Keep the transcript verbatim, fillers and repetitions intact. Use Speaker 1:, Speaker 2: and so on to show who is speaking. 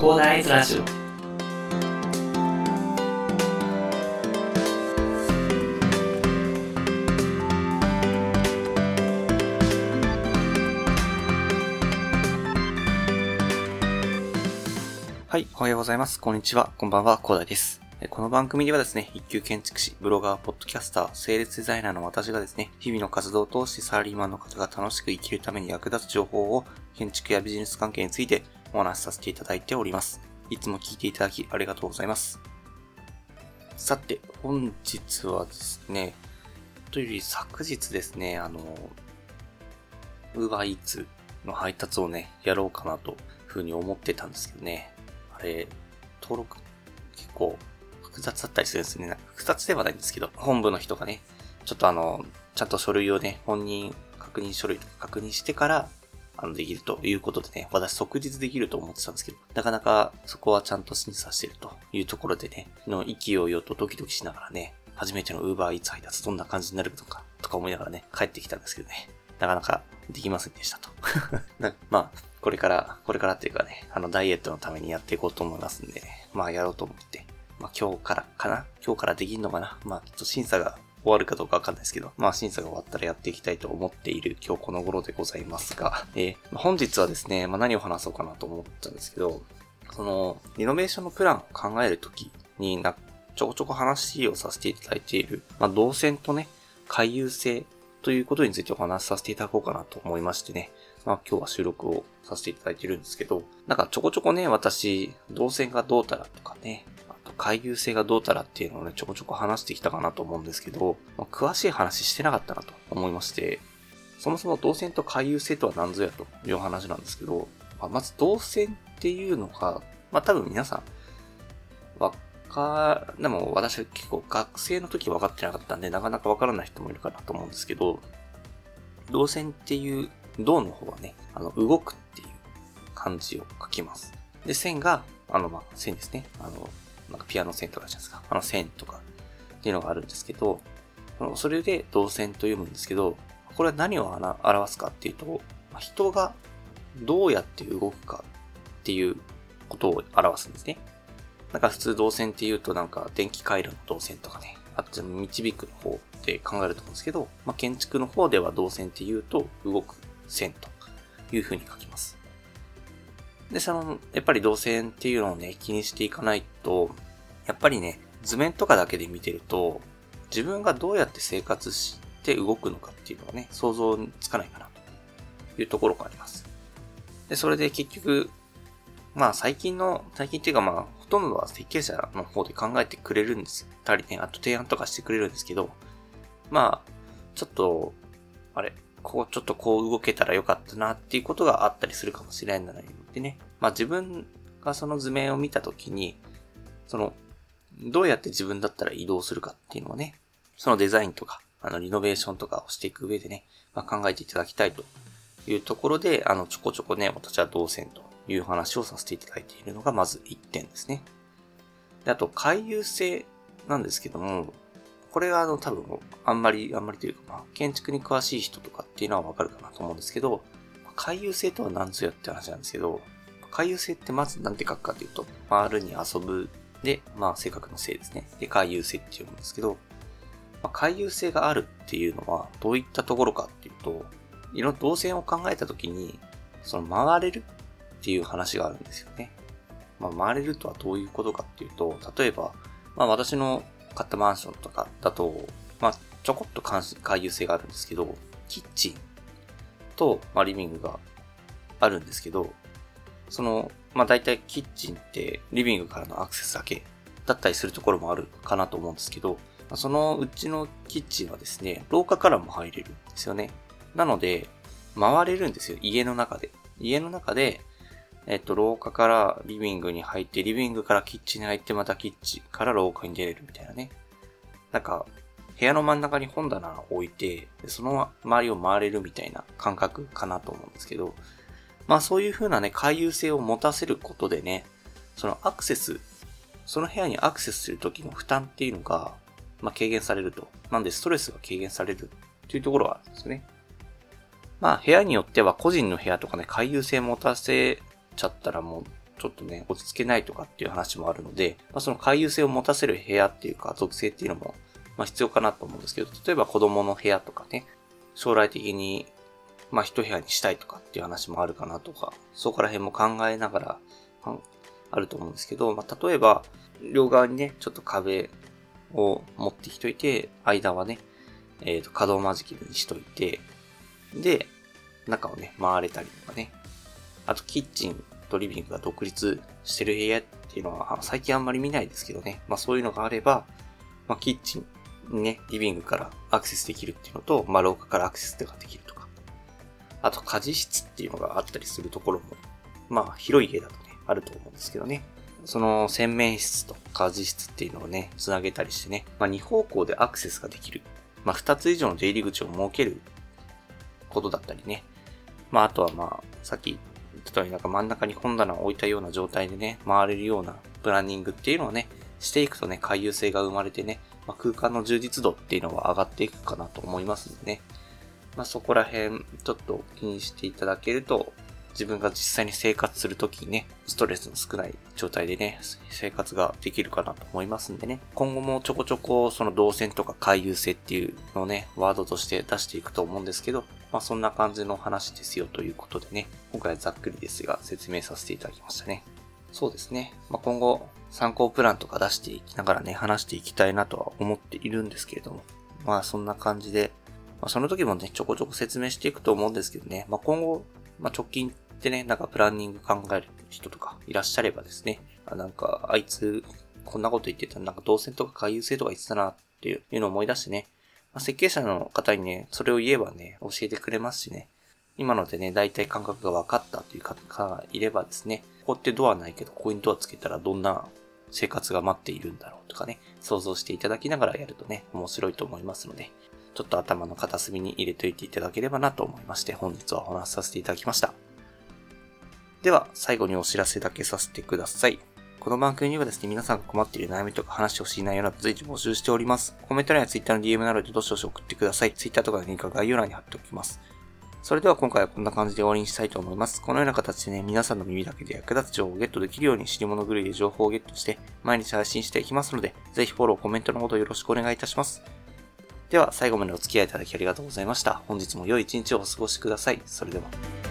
Speaker 1: コーダーイズラジオ。
Speaker 2: はい、おはようございます。こんにちは。こんばんは、コーダーです。この番組ではですね、一級建築士、ブロガー、ポッドキャスター、整列デザイナーの私がですね、日々の活動を通してサラリーマンの方が楽しく生きるために役立つ情報を建築やビジネス関係についてお話しさせていただいております。いつも聞いていただきありがとうございます。さて、本日はですね、というより昨日ですね、あの、Uber Eatsの配達をね、やろうかなというふうに思ってたんですけどね、あれ、登録結構複雑だったりするんですね。複雑ではないんですけど、本部の人がね、ちょっとあの、ちゃんと書類をね、本人確認書類とか確認してから、あの、できるということでね、私即日できると思ってたんですけど、なかなかそこはちゃんと審査しているというところでね、の勢いよとドキドキしながらね、初めての Uber Eats 配達どんな感じになるのか、とか思いながらね、帰ってきたんですけどね、なかなかできませんでしたと。まあ、これから、これからっていうかね、あの、ダイエットのためにやっていこうと思いますんで、まあ、やろうと思って、まあ、今日からかな今日からできるのかなまあ、きっと審査が終わるかどうかわかんないですけど、まあ、審査が終わったらやっていきたいと思っている今日この頃でございますが、えー、本日はですね、まあ、何を話そうかなと思ったんですけど、その、リノベーションのプランを考えるときにな、ちょこちょこ話をさせていただいている、まあ、動線とね、回遊性ということについてお話しさせていただこうかなと思いましてね、まあ今日は収録をさせていただいているんですけど、なんかちょこちょこね、私、動線がどうたらとかね、あと回遊性がどうたらっていうのをね、ちょこちょこ話してきたかなと思うんですけど、まあ、詳しい話してなかったなと思いまして、そもそも動線と回遊性とは何ぞやという話なんですけど、まあ、まず動線っていうのが、まあ多分皆さん、わか、でも私は結構学生の時分かってなかったんで、なかなか分からない人もいるかなと思うんですけど、動線っていう動の方はね、あの、動くっていう漢字を書きます。で、線が、あの、まあ、線ですね。あの、なんかピアノ線とかじゃないですか。あの線とかっていうのがあるんですけど、それで動線と読むんですけど、これは何を表すかっていうと、人がどうやって動くかっていうことを表すんですね。なんか普通動線っていうとなんか電気回路の動線とかね、あと導くの方って考えると思うんですけど、まあ、建築の方では動線っていうと動く線という風に書きます。で、その、やっぱり動線っていうのをね、気にしていかないと、やっぱりね、図面とかだけで見てると、自分がどうやって生活して動くのかっていうのがね、想像つかないかなというところがあります。で、それで結局、まあ最近の、最近っていうかまあ、ほとんどは設計者の方で考えてくれるんです。たりね、あと提案とかしてくれるんですけど、まあ、ちょっと、あれ、こうちょっとこう動けたらよかったなっていうことがあったりするかもしれないのでね。まあ自分がその図面を見たときに、その、どうやって自分だったら移動するかっていうのをね、そのデザインとか、あのリノベーションとかをしていく上でね、まあ、考えていただきたいというところで、あのちょこちょこね、私は動線という話をさせていただいているのがまずいってんですね。で、あと回遊性なんですけども、これがあの多分あんまりあんまりというか、まあ、建築に詳しい人とかっていうのはわかるかなと思うんですけど、回遊性とは何ぞやって話なんですけど、回遊性ってまず何て書くかというと、回るに遊ぶで、まあ性格の性ですね。で、回遊性って読むんですけど、まあ、回遊性があるっていうのはどういったところかっていうと、いろんな動線を考えたときに、その回れるっていう話があるんですよね。まあ、回れるとはどういうことかっていうと、例えば、まあ私の買ったマンションとかだと、まあちょこっと回遊性があるんですけど、キッチンと、まあ、リビングがあるんですけど、その、まあ大体キッチンってリビングからのアクセスだけだったりするところもあるかなと思うんですけど、そのうちのキッチンはですね、廊下からも入れるんですよね。なので、回れるんですよ、家の中で。家の中で、えっと、廊下からリビングに入って、リビングからキッチンに入って、またキッチンから廊下に出れるみたいなね。なんか、部屋の真ん中に本棚を置いて、その周りを回れるみたいな感覚かなと思うんですけど、まあそういう風なね、回遊性を持たせることでね、そのアクセス、その部屋にアクセスするときの負担っていうのが、まあ軽減されると。なんでストレスが軽減されるっていうところがあるんですよね。まあ部屋によっては個人の部屋とかね、回遊性持たせちゃったらもうちょっとね、落ち着けないとかっていう話もあるので、まあ、その回遊性を持たせる部屋っていうか、属性っていうのも、まあ、必要かなと思うんですけど、例えば子供の部屋とかね、将来的に、まあ、一部屋にしたいとかっていう話もあるかなとか、そこら辺も考えながら、あると思うんですけど、まあ、例えば、両側にね、ちょっと壁を持ってきといて、間はね、えっと、可動間仕切りにしといて、で、中をね、回れたりとかね。あと、キッチンとリビングが独立してる部屋っていうのは、最近あんまり見ないですけどね。まあそういうのがあれば、まあキッチンにね、リビングからアクセスできるっていうのと、まあ廊下からアクセスができるとか。あと、家事室っていうのがあったりするところも、まあ広い家だとね、あると思うんですけどね。その洗面室と家事室っていうのをね、つなげたりしてね、まあ二方向でアクセスができる。まあ二つ以上の出入り口を設けることだったりね。まああとはまあ、さっき言った通りなんか真ん中に本棚を置いたような状態でね、回れるようなプランニングっていうのをね、していくとね、回遊性が生まれてね、まあ、空間の充実度っていうのは上がっていくかなと思いますんでね。まあそこら辺ちょっと気にしていただけると、自分が実際に生活するときにね、ストレスの少ない状態でね、生活ができるかなと思いますんでね。今後もちょこちょこその動線とか回遊性っていうのをね、ワードとして出していくと思うんですけど、まあそんな感じの話ですよということでね、今回はざっくりですが説明させていただきましたね。そうですね。まあ今後参考プランとか出していきながらね、話していきたいなとは思っているんですけれども、まあそんな感じで、まあその時もね、ちょこちょこ説明していくと思うんですけどね、まあ今後、まあ直近でね、なんかプランニング考える人とかいらっしゃればですね、あなんかあいつこんなこと言ってたらなんか動線とか回遊性とか言ってたなっていうのを思い出してね、まあ、設計者の方にね、それを言えばね、教えてくれますしね、今のでね、大体感覚が分かったという方がいればですね、ここってドアないけどここにドアつけたらどんな生活が待っているんだろうとかね、想像していただきながらやるとね、面白いと思いますので、ちょっと頭の片隅に入れといていただければなと思いまして、本日はお話しさせていただきました。では、最後にお知らせだけさせてください。この番組にはですね、皆さんが困っている悩みとか話してほしい内容など随時募集しております。コメント欄や Twitter の ディーエム などでどしどし送ってください。Twitter とかのリンクは概要欄に貼っておきます。それでは今回はこんな感じで終わりにしたいと思います。このような形でね、皆さんの耳だけで役立つ情報をゲットできるように知り物狂いで情報をゲットして毎日配信していきますので、ぜひフォロー、コメントのほどよろしくお願いいたします。では最後までお付き合いいただきありがとうございました。本日も良い一日をお過ごしください。それでは。